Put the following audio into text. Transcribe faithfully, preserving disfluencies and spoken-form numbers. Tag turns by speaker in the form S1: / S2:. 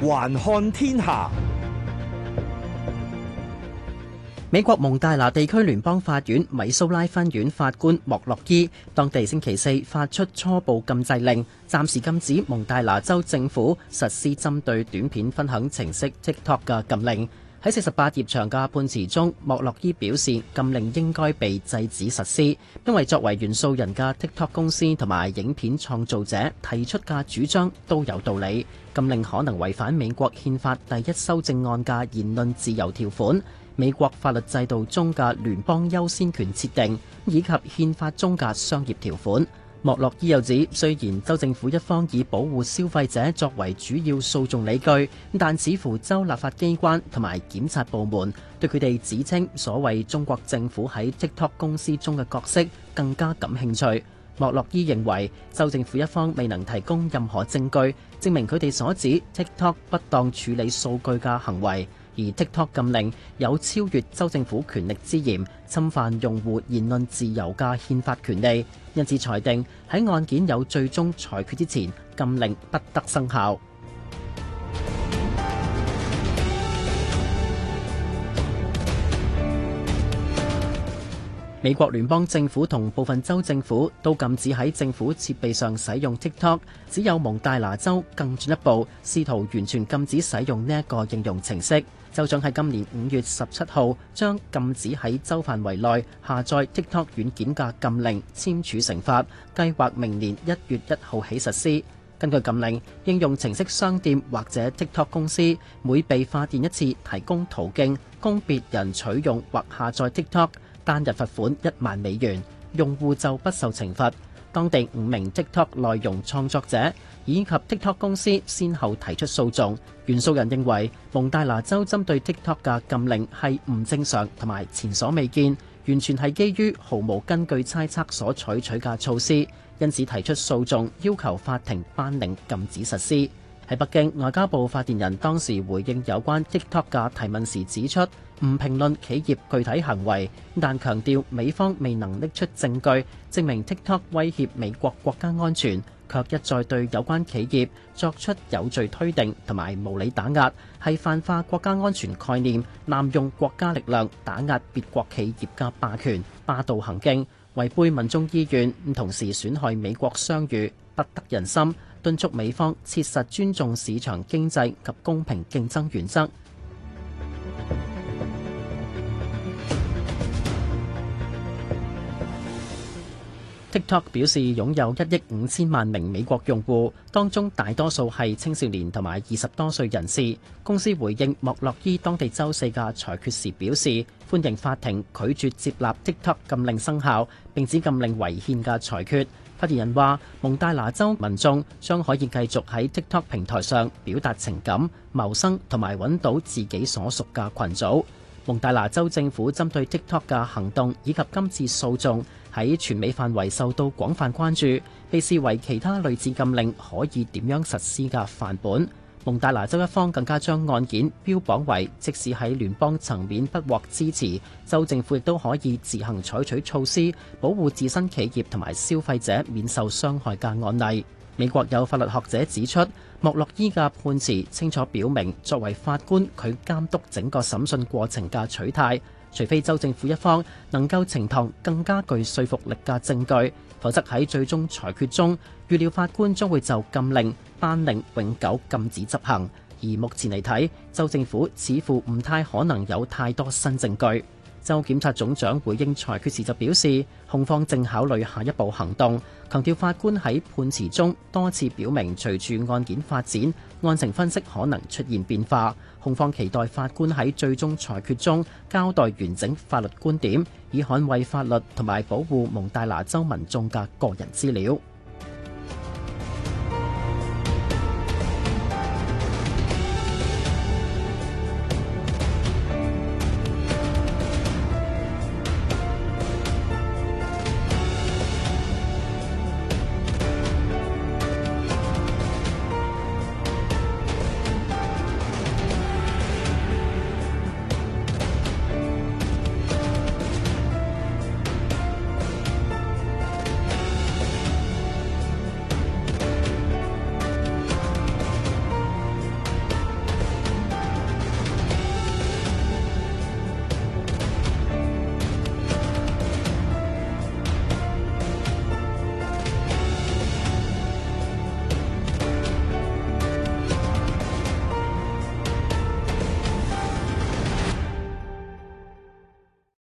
S1: 環看天下。
S2: 美國蒙大拿地區聯邦法院米蘇拉分院法官莫洛伊，當地星期四發出初步禁制令，暫時禁止蒙大拿州政府實施針對短片分享程式 TikTok 嘅禁令。喺四十八頁長嘅判詞中，莫洛伊表示禁令應該被制止實施，因為作為原訴人嘅 TikTok 公司同埋影片創造者提出嘅主張都有道理。禁令可能違反美國憲法第一修正案嘅言論自由條款、美國法律制度中嘅聯邦優先權設定，以及憲法中嘅商業條款。莫洛伊又指，雖然州政府一方以保護消費者作為主要訴訟理據，但似乎州立法機關同埋檢察部門對佢哋指稱所謂中國政府喺 TikTok 公司中嘅角色更加感興趣。莫洛伊認為，州政府一方未能提供任何證據證明佢哋所指 TikTok 不當處理數據嘅行為，而 TikTok 禁令有超越州政府權力之嫌，侵犯用戶言論自由嘅憲法權利，因此裁定喺案件有最終裁決之前，禁令不得生效。美國聯邦政府同部分州政府都禁止喺政府設備上使用 TikTok， 只有蒙大拿州更進一步，試圖完全禁止使用呢一個應用程式。州長喺今年五月十七號將禁止喺州範圍內下載 TikTok 軟件嘅禁令簽署成法，計劃明年一月一號起實施。根據禁令，應用程式商店或者 TikTok 公司每被發現一次提供途徑，供別人取用或下載 TikTok，單日罰款一萬美元，用戶就不受懲罰。當地五名 TikTok 內容創作者以及 TikTok 公司先後提出訴訟。原訴人認為蒙大拿州針對 TikTok 嘅禁令係唔正常同埋前所未見，完全係基於毫無根據猜測所採取嘅措施，因此提出訴訟，要求法庭頒令禁止實施。喺北京，外交部發言人當時回應有關 TikTok 嘅提問時指出，唔評論企業具體行為，但強調美方未能拎出證據證明 TikTok 威脅美國國家安全，卻一再對有關企業作出有罪推定同埋無理打壓，係泛化國家安全概念、濫用國家力量打壓別國企業嘅霸權、霸道行徑，違背民眾意願，同時損害美國商譽，不得人心，敦促美方切實尊重市場經濟及公平競爭原則。TikTok 表示擁有一億五千萬名美國用戶，當中大多數係青少年同埋二十多歲人士。公司回應莫洛伊當地週四嘅裁決時表示，歡迎法庭拒絕接納 TikTok 禁令生效，並指禁令違憲嘅裁決。發言人話，蒙大拿州民眾將可以繼續喺 TikTok 平台上表達情感、謀生同埋揾到自己所屬嘅群組。蒙大拿州政府針對 TikTok 嘅行動以及今次訴訟喺全美範圍受到廣泛關注，被視為其他類似禁令可以點樣實施嘅範本。蒙大拿州一方更加將案件標榜為，即使喺聯邦層面不獲支持，州政府亦都可以自行採取措施，保護自身企業同埋消費者免受傷害嘅案例。美國有法律學者指出，莫洛伊嘅判詞清楚表明，作為法官佢監督整個審訊過程嘅取態，除非州政府一方能夠呈堂更加具說服力嘅證據，否則喺最終裁決中，預料法官將會就禁令頒令永久禁止執行。而目前嚟睇，州政府似乎唔太可能有太多新證據。州檢察總長回應裁決時就表示，控方正考慮下一步行動，強調法官喺判詞中多次表明，隨住案件發展，案情分析可能出現變化。控方期待法官喺最終裁決中交代完整法律觀點，以捍衛法律同埋保護蒙大拿州民眾嘅個人資料。